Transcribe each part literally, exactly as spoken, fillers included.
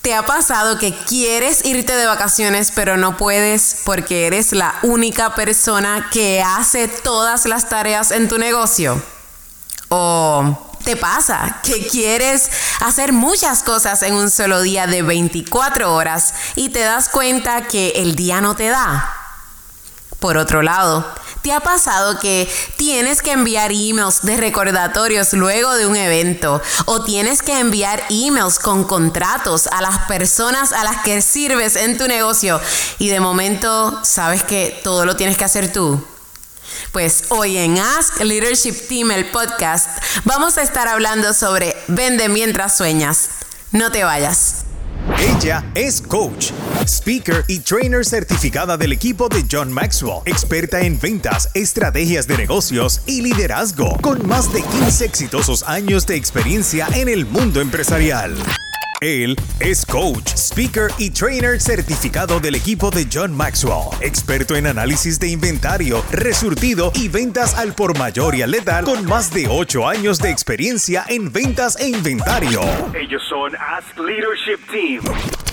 ¿Te ha pasado que quieres irte de vacaciones pero no puedes porque eres la única persona que hace todas las tareas en tu negocio? ¿O te pasa que quieres hacer muchas cosas en un solo día de veinticuatro horas y te das cuenta que el día no te da? Por otro lado, ¿te ha pasado que tienes que enviar emails de recordatorios luego de un evento? ¿O tienes que enviar emails con contratos a las personas a las que sirves en tu negocio y de momento sabes que todo lo tienes que hacer tú? Pues hoy en Ask Leadership Team, el podcast, vamos a estar hablando sobre Vende mientras sueñas. No te vayas. Ella es coach, speaker y trainer certificada del equipo de John Maxwell, experta en ventas, estrategias de negocios y liderazgo, con más de quince exitosos años de experiencia en el mundo empresarial. Él es coach, speaker y trainer certificado del equipo de John Maxwell, experto en análisis de inventario, resurtido y ventas al por mayor y al letal, con más de ocho años de experiencia en ventas e inventario. Ellos son Ask Leadership Team.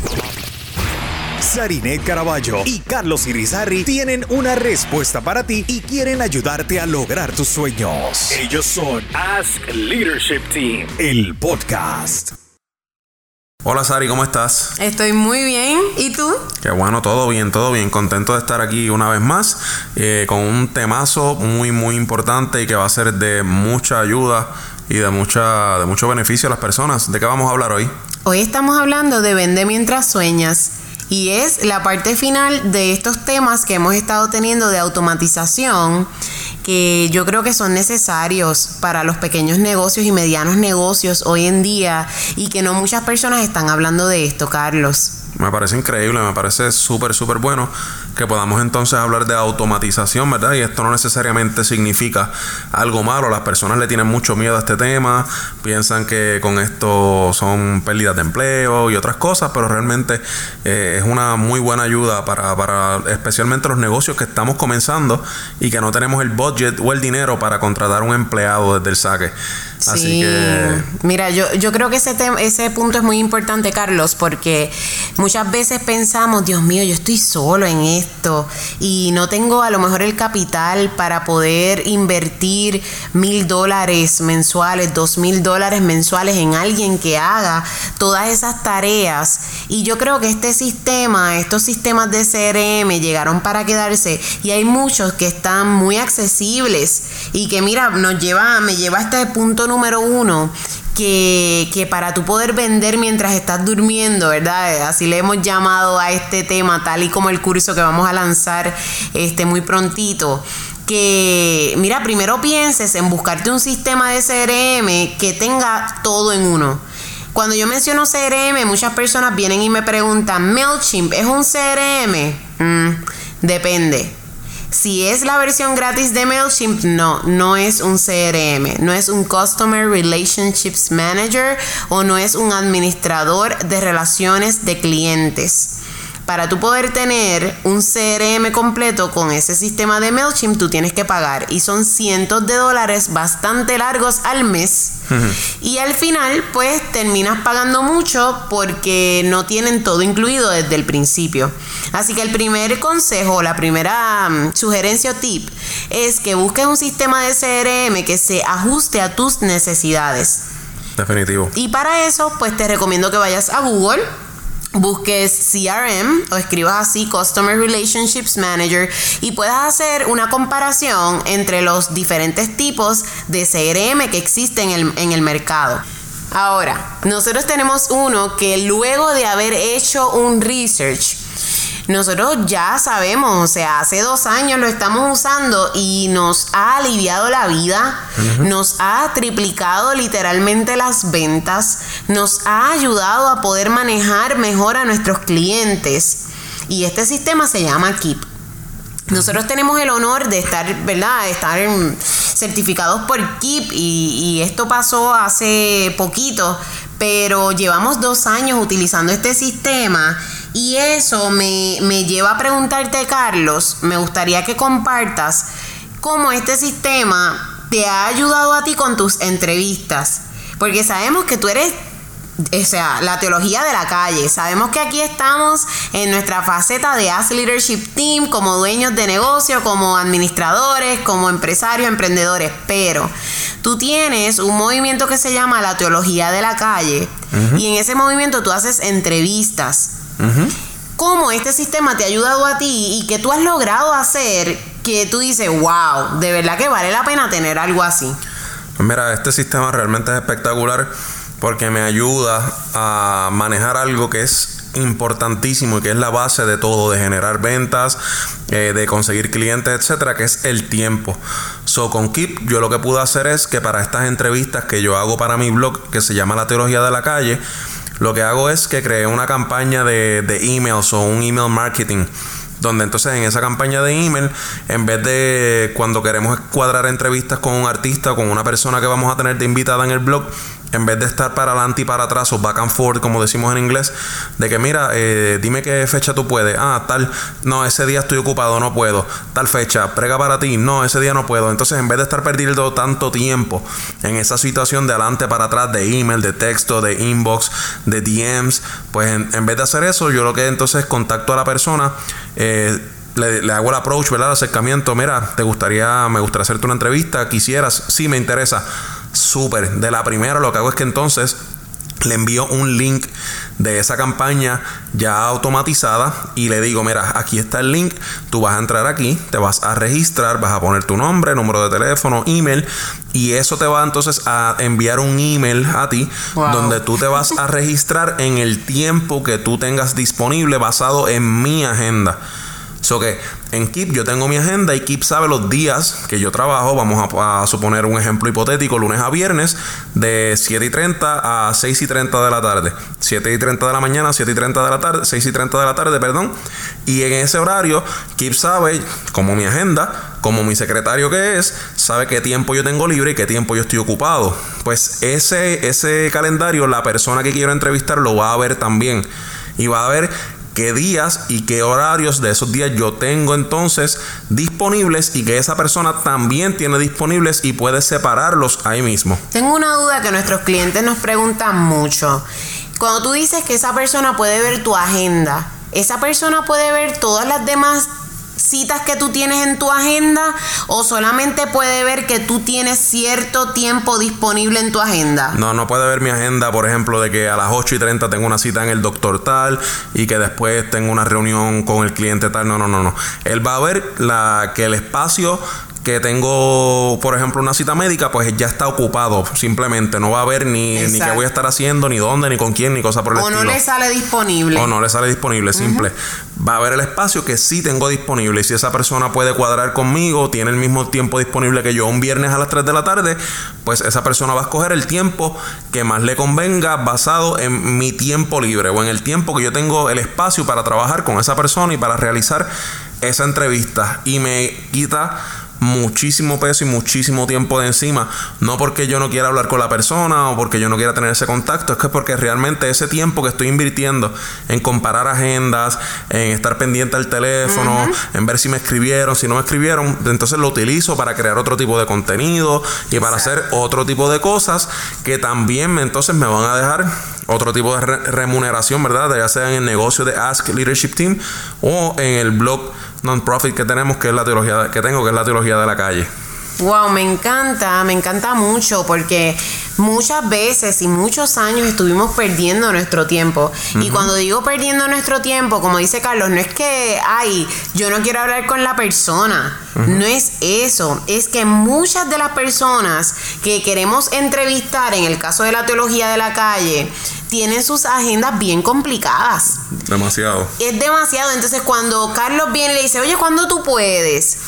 Sarinet Caraballo y Carlos Irizarry tienen una respuesta para ti y quieren ayudarte a lograr tus sueños. Ellos son Ask Leadership Team, el podcast. Hola Sari, ¿cómo estás? Estoy muy bien. ¿Y tú? Qué bueno, todo bien, todo bien. Contento de estar aquí una vez más eh, con un temazo muy, muy importante y que va a ser de mucha ayuda y de, mucha, de mucho beneficio a las personas. ¿De qué vamos a hablar hoy? Hoy estamos hablando de Vende mientras sueñas. Y es la parte final de estos temas que hemos estado teniendo de automatización, que yo creo que son necesarios para los pequeños negocios y medianos negocios hoy en día y que no muchas personas están hablando de esto, Carlos. Me parece increíble, me parece súper, súper bueno que podamos entonces hablar de automatización, ¿verdad? Y esto no necesariamente significa algo malo. Las personas le tienen mucho miedo a este tema, piensan que con esto son pérdidas de empleo y otras cosas, pero realmente eh, es una muy buena ayuda para, para especialmente los negocios que estamos comenzando y que no tenemos el budget o el dinero para contratar un empleado desde el saque. Así sí, que... mira, yo, yo creo que ese, tem- ese punto es muy importante, Carlos, porque muchas veces pensamos, Dios mío, yo estoy solo en esto y no tengo a lo mejor el capital para poder invertir mil dólares mensuales, dos mil dólares mensuales en alguien que haga todas esas tareas. Y yo creo que este sistema, estos sistemas de C R M llegaron para quedarse y hay muchos que están muy accesibles y que mira, nos lleva, me lleva a este punto número uno, que, que para tú poder vender mientras estás durmiendo, ¿verdad? Así le hemos llamado a este tema, tal y como el curso que vamos a lanzar este muy prontito. Que, mira, primero pienses en buscarte un sistema de C R M que tenga todo en uno. Cuando yo menciono C R M, muchas personas vienen y me preguntan, MailChimp, ¿es un C R M? Mm, depende. Si es la versión gratis de MailChimp, no, no es un C R M, no es un Customer Relationships Manager o no es un administrador de relaciones de clientes. Para tú poder tener un C R M completo con ese sistema de MailChimp, tú tienes que pagar y son cientos de dólares bastante largos al mes. Uh-huh. Y al final, pues, terminas pagando mucho porque no tienen todo incluido desde el principio. Así que el primer consejo, la primera um, sugerencia o tip es que busques un sistema de C R M que se ajuste a tus necesidades. Definitivo. Y para eso, pues, te recomiendo que vayas a Google, busques C R M o escribas así Customer Relationships Manager y puedas hacer una comparación entre los diferentes tipos de C R M que existen en el, en el mercado. Ahora, nosotros tenemos uno que luego de haber hecho un research, nosotros ya sabemos, o sea, hace dos años lo estamos usando y nos ha aliviado la vida, uh-huh. Nos ha triplicado literalmente las ventas, nos ha ayudado a poder manejar mejor a nuestros clientes y este sistema se llama Keep. Nosotros tenemos el honor de estar, ¿verdad? De estar certificados por Keep y, y esto pasó hace poquito, pero llevamos dos años utilizando este sistema. Y eso me, me lleva a preguntarte, Carlos, me gustaría que compartas cómo este sistema te ha ayudado a ti con tus entrevistas. Porque sabemos que tú eres O sea, la teología de la calle. Sabemos que aquí estamos en nuestra faceta de Ask Leadership Team, como dueños de negocio, como administradores, como empresarios, emprendedores. Pero tú tienes un movimiento que se llama la teología de la calle. Uh-huh. Y en ese movimiento tú haces entrevistas. Uh-huh. ¿Cómo este sistema te ha ayudado a ti y que tú has logrado hacer que tú dices, wow, de verdad que vale la pena tener algo así? Mira, este sistema realmente es espectacular porque me ayuda a manejar algo que es importantísimo y que es la base de todo, de generar ventas, eh, de conseguir clientes, etcétera, que es el tiempo. So, con Keep, yo lo que pude hacer es que para estas entrevistas que yo hago para mi blog, que se llama La Teología de la Calle, lo que hago es que creé una campaña de, de emails o un email marketing, donde entonces en esa campaña de email, en vez de cuando queremos cuadrar entrevistas con un artista o con una persona que vamos a tener de invitada en el blog, en vez de estar para adelante y para atrás o back and forth, como decimos en inglés, de que mira, eh, dime qué fecha tú puedes. Ah, tal, no, ese día estoy ocupado, no puedo. Tal fecha, prega para ti, no, ese día no puedo. Entonces, en vez de estar perdiendo tanto tiempo en esa situación de adelante para atrás, de email, de texto, de inbox, de D Ms, pues en, en vez de hacer eso, yo lo que entonces contacto a la persona, eh, Le, le hago el approach, ¿verdad? El acercamiento. Mira, te gustaría, me gustaría hacerte una entrevista, quisieras, sí, me interesa. Súper. De la primera lo que hago es que entonces le envío un link de esa campaña ya automatizada y le digo, mira, aquí está el link, tú vas a entrar aquí, te vas a registrar, vas a poner tu nombre, número de teléfono, email, y eso te va entonces a enviar un email a ti, wow, donde tú te vas a registrar en el tiempo que tú tengas disponible basado en mi agenda. So que en Keep yo tengo mi agenda y Keep sabe los días que yo trabajo. Vamos a, a suponer un ejemplo hipotético, lunes a viernes de siete y treinta a seis y treinta de la tarde, siete y treinta de la mañana, siete y treinta de la tarde, seis y treinta de la tarde, perdón. Y en ese horario Keep sabe, como mi agenda, como mi secretario que es, sabe qué tiempo yo tengo libre y qué tiempo yo estoy ocupado. Pues ese, ese calendario, la persona que quiero entrevistar lo va a ver también y va a ver qué días y qué horarios de esos días yo tengo entonces disponibles y que esa persona también tiene disponibles y puede separarlos ahí mismo. Tengo una duda que nuestros clientes nos preguntan mucho. Cuando tú dices que esa persona puede ver tu agenda, ¿esa persona puede ver todas las demás citas que tú tienes en tu agenda o solamente puede ver que tú tienes cierto tiempo disponible en tu agenda? No, no puede ver mi agenda, por ejemplo, de que a las ocho y treinta tengo una cita en el doctor tal y que después tengo una reunión con el cliente tal. No, no, no, no. Él va a ver la, que el espacio que tengo, por ejemplo, una cita médica, pues ya está ocupado. Simplemente no va a ver ni, ni qué voy a estar haciendo, ni dónde, ni con quién, ni cosa por el o estilo. O no le sale disponible. O no le sale disponible, simple. Uh-huh. Va a ver el espacio que sí tengo disponible. Y si esa persona puede cuadrar conmigo, tiene el mismo tiempo disponible que yo un viernes a las tres de la tarde, pues esa persona va a escoger el tiempo que más le convenga basado en mi tiempo libre o en el tiempo que yo tengo el espacio para trabajar con esa persona y para realizar esa entrevista. Y me quita muchísimo peso y muchísimo tiempo de encima, no porque yo no quiera hablar con la persona o porque yo no quiera tener ese contacto, es que porque realmente ese tiempo que estoy invirtiendo en comparar agendas, en estar pendiente al teléfono, uh-huh, en ver si me escribieron, si no me escribieron, entonces lo utilizo para crear otro tipo de contenido y para Exacto. hacer otro tipo de cosas que también entonces me van a dejar otro tipo de re- remuneración, ¿verdad? Ya sea en el negocio de Ask Leadership Team o en el blog non-profit que tenemos, que es la teología que tengo, que es la teología de la calle. Wow, me encanta, me encanta mucho porque muchas veces y muchos años estuvimos perdiendo nuestro tiempo. Uh-huh. Y cuando digo perdiendo nuestro tiempo, como dice Carlos, no es que, ay, yo no quiero hablar con la persona. Uh-huh. No es eso. Es que muchas de las personas que queremos entrevistar, en el caso de la teología de la calle, tienen sus agendas bien complicadas. Demasiado. Es demasiado. Entonces, cuando Carlos viene y le dice, oye, ¿cuándo tú puedes?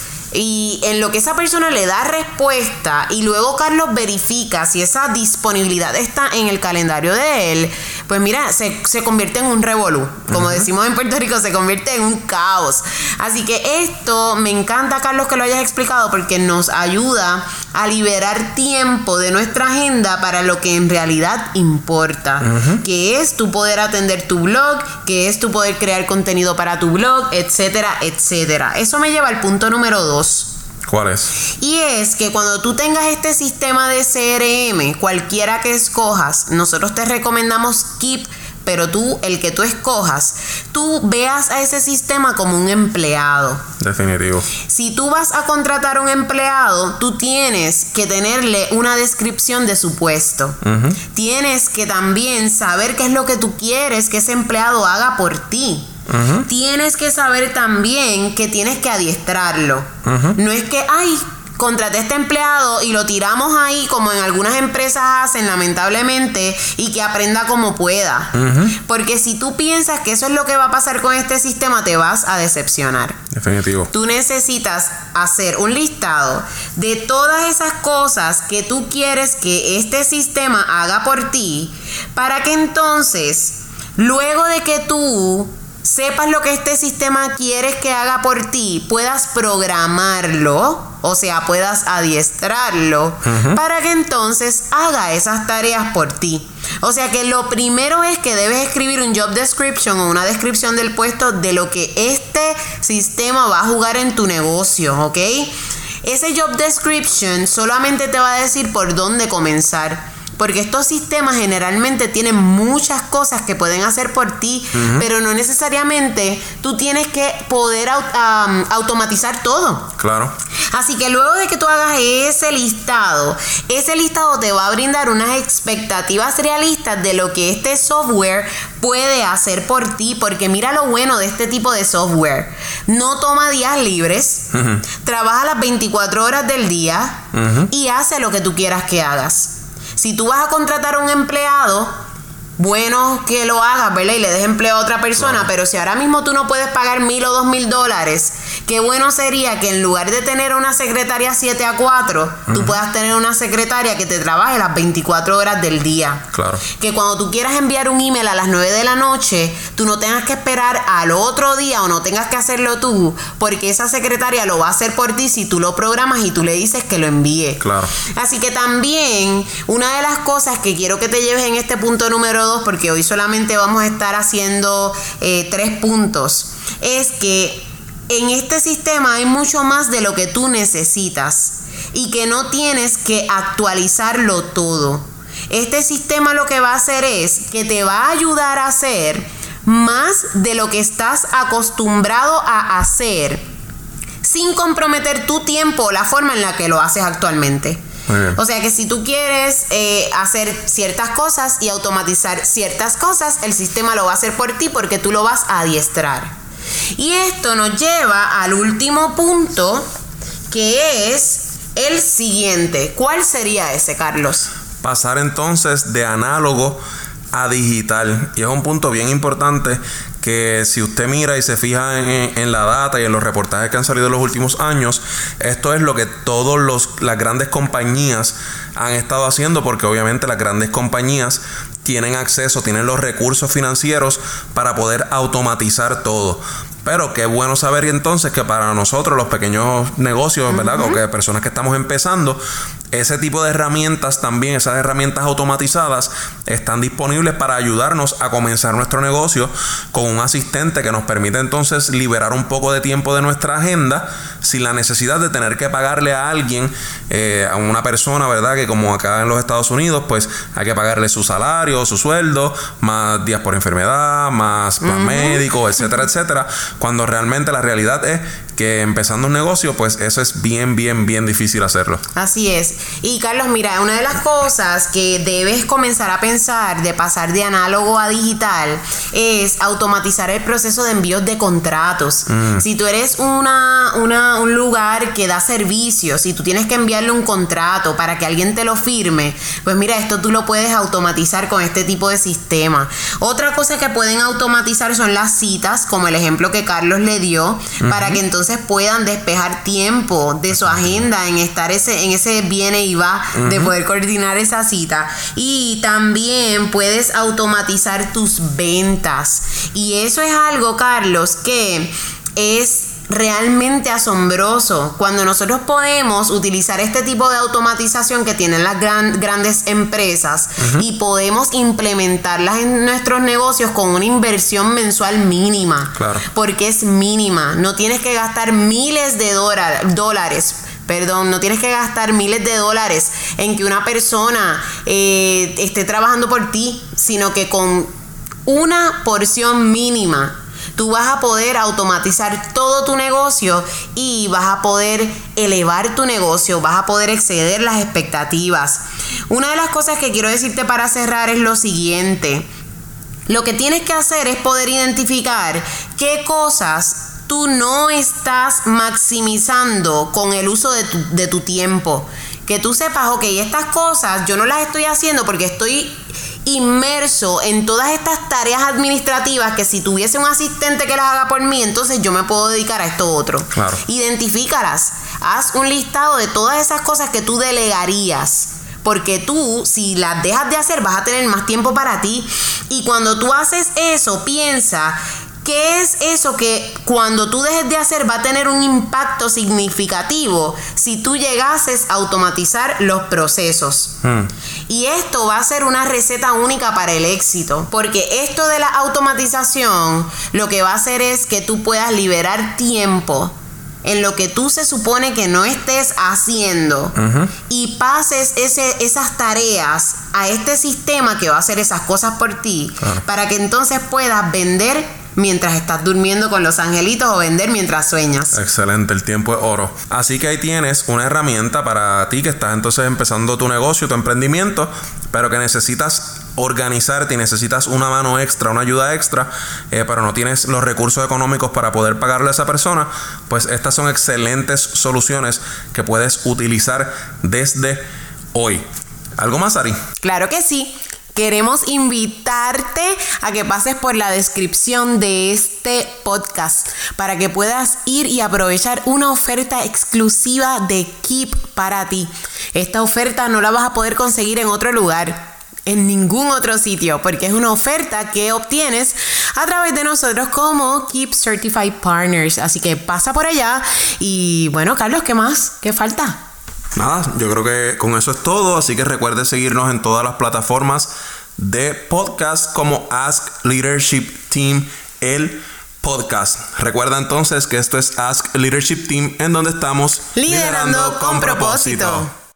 Y en lo que esa persona le da respuesta y luego Carlos verifica si esa disponibilidad está en el calendario de él, pues mira, se, se convierte en un revolú. Como uh-huh. decimos en Puerto Rico, se convierte en un caos. Así que esto me encanta, Carlos, que lo hayas explicado porque nos ayuda a liberar tiempo de nuestra agenda para lo que en realidad importa, uh-huh. que es tu poder atender tu blog, que es tu poder crear contenido para tu blog, etcétera, etcétera. Eso me lleva al punto número dos. ¿Cuál es? Y es que cuando tú tengas este sistema de C R M, cualquiera que escojas, nosotros te recomendamos Keep, pero tú, el que tú escojas, tú veas a ese sistema como un empleado. Definitivo. Si tú vas a contratar a un empleado, tú tienes que tenerle una descripción de su puesto. Uh-huh. Tienes que también saber qué es lo que tú quieres que ese empleado haga por ti. Uh-huh. Tienes que saber también que tienes que adiestrarlo. Uh-huh. No es que, ay, contraté a este empleado y lo tiramos ahí como en algunas empresas hacen, lamentablemente, y que aprenda como pueda. Uh-huh. Porque si tú piensas que eso es lo que va a pasar con este sistema, te vas a decepcionar. Definitivo. Tú necesitas hacer un listado de todas esas cosas que tú quieres que este sistema haga por ti, para que entonces, luego de que tú sepas lo que este sistema quieres que haga por ti, puedas programarlo, o sea, puedas adiestrarlo, uh-huh, para que entonces haga esas tareas por ti. O sea que lo primero es que debes escribir un job description o una descripción del puesto de lo que este sistema va a jugar en tu negocio, ¿ok? Ese job description solamente te va a decir por dónde comenzar. Porque estos sistemas generalmente tienen muchas cosas que pueden hacer por ti, uh-huh, pero no necesariamente tú tienes que poder aut- um, automatizar todo. Claro. Así que luego de que tú hagas ese listado, ese listado te va a brindar unas expectativas realistas de lo que este software puede hacer por ti. Porque mira lo bueno de este tipo de software. No toma días libres, uh-huh, trabaja las veinticuatro horas del día, uh-huh, y hace lo que tú quieras que hagas. Si tú vas a contratar a un empleado, bueno que lo hagas, ¿verdad? Y le des empleo a otra persona, claro, pero si ahora mismo tú no puedes pagar mil o dos mil dólares, qué bueno sería que en lugar de tener una secretaria siete a cuatro, uh-huh, tú puedas tener una secretaria que te trabaje las veinticuatro horas del día. Claro. Que cuando tú quieras enviar un email a las nueve de la noche, tú no tengas que esperar al otro día o no tengas que hacerlo tú, porque esa secretaria lo va a hacer por ti si tú lo programas y tú le dices que lo envíe. Claro. Así que también, una de las cosas que quiero que te lleves en este punto número dos, porque hoy solamente vamos a estar haciendo eh, tres puntos, es que en este sistema hay mucho más de lo que tú necesitas y que no tienes que actualizarlo todo. Este sistema lo que va a hacer es que te va a ayudar a hacer más de lo que estás acostumbrado a hacer sin comprometer tu tiempo o la forma en la que lo haces actualmente. O sea que si tú quieres eh, hacer ciertas cosas y automatizar ciertas cosas, el sistema lo va a hacer por ti porque tú lo vas a adiestrar. Y esto nos lleva al último punto, que es el siguiente. ¿Cuál sería ese, Carlos? Pasar entonces de análogo a digital. Y es un punto bien importante que si usted mira y se fija en, en la data y en los reportajes que han salido en los últimos años, esto es lo que todas las grandes compañías han estado haciendo, porque obviamente las grandes compañías tienen acceso, tienen los recursos financieros para poder automatizar todo. Pero qué bueno saber entonces que para nosotros los pequeños negocios, ¿verdad? Uh-huh. O que personas que estamos empezando, ese tipo de herramientas también, esas herramientas automatizadas están disponibles para ayudarnos a comenzar nuestro negocio con un asistente que nos permite entonces liberar un poco de tiempo de nuestra agenda sin la necesidad de tener que pagarle a alguien, eh, a una persona, ¿verdad? Que como acá en los Estados Unidos, pues hay que pagarle su salario, su sueldo, más días por enfermedad, más plan uh-huh. médico, etcétera, etcétera. Cuando realmente la realidad es que empezando un negocio, pues eso es bien, bien, bien difícil hacerlo. Así es. Y Carlos, mira, una de las cosas que debes comenzar a pensar de pasar de análogo a digital es automatizar el proceso de envíos de contratos. Mm. Si tú eres una, una, un lugar que da servicios, si tú tienes que enviarle un contrato para que alguien te lo firme, pues mira, esto tú lo puedes automatizar con este tipo de sistema. Otra cosa que pueden automatizar son las citas, como el ejemplo que Carlos le dio, uh-huh. para que entonces puedan despejar tiempo de su agenda en estar ese, en ese viene y va uh-huh. de poder coordinar esa cita. Y también puedes automatizar tus ventas. Y eso es algo, Carlos, que es realmente asombroso cuando nosotros podemos utilizar este tipo de automatización que tienen las gran, grandes empresas uh-huh. y podemos implementarlas en nuestros negocios con una inversión mensual mínima. Claro. Porque es mínima. No tienes que gastar miles de dólares perdón, no tienes que gastar miles de dólares en que una persona eh, esté trabajando por ti, sino que con una porción mínima tú vas a poder automatizar todo tu negocio y vas a poder elevar tu negocio, vas a poder exceder las expectativas. Una de las cosas que quiero decirte para cerrar es lo siguiente. Lo que tienes que hacer es poder identificar qué cosas tú no estás maximizando con el uso de tu, de tu tiempo. Que tú sepas, ok, estas cosas yo no las estoy haciendo porque estoy inmerso en todas estas tareas administrativas que si tuviese un asistente que las haga por mí, entonces yo me puedo dedicar a esto otro. Claro. Identifícalas. Haz un listado de todas esas cosas que tú delegarías. Porque tú, si las dejas de hacer, vas a tener más tiempo para ti. Y cuando tú haces eso, piensa, ¿qué es eso que cuando tú dejes de hacer va a tener un impacto significativo si tú llegases a automatizar los procesos? Hmm. Y esto va a ser una receta única para el éxito. Porque esto de la automatización, lo que va a hacer es que tú puedas liberar tiempo en lo que tú se supone que no estés haciendo, uh-huh, y pases ese, esas tareas a este sistema que va a hacer esas cosas por ti, claro, para que entonces puedas vender mientras estás durmiendo con los angelitos o vender mientras sueñas. Excelente, el tiempo es oro. Así que ahí tienes una herramienta para ti que estás entonces empezando tu negocio, tu emprendimiento, pero que necesitas organizarte y necesitas una mano extra, una ayuda extra, eh, pero no tienes los recursos económicos para poder pagarle a esa persona. Pues estas son excelentes soluciones que puedes utilizar desde hoy. ¿Algo más, Ari? Claro que sí. Queremos invitarte a que pases por la descripción de este podcast para que puedas ir y aprovechar una oferta exclusiva de Keep para ti. Esta oferta no la vas a poder conseguir en otro lugar, en ningún otro sitio, porque es una oferta que obtienes a través de nosotros como Keep Certified Partners. Así que pasa por allá y bueno, Carlos, ¿qué más? ¿Qué falta? Nada, yo creo que con eso es todo, así que recuerde seguirnos en todas las plataformas de podcast como Ask Leadership Team, el podcast. Recuerda entonces que esto es Ask Leadership Team, en donde estamos liderando, liderando con, con propósito. propósito.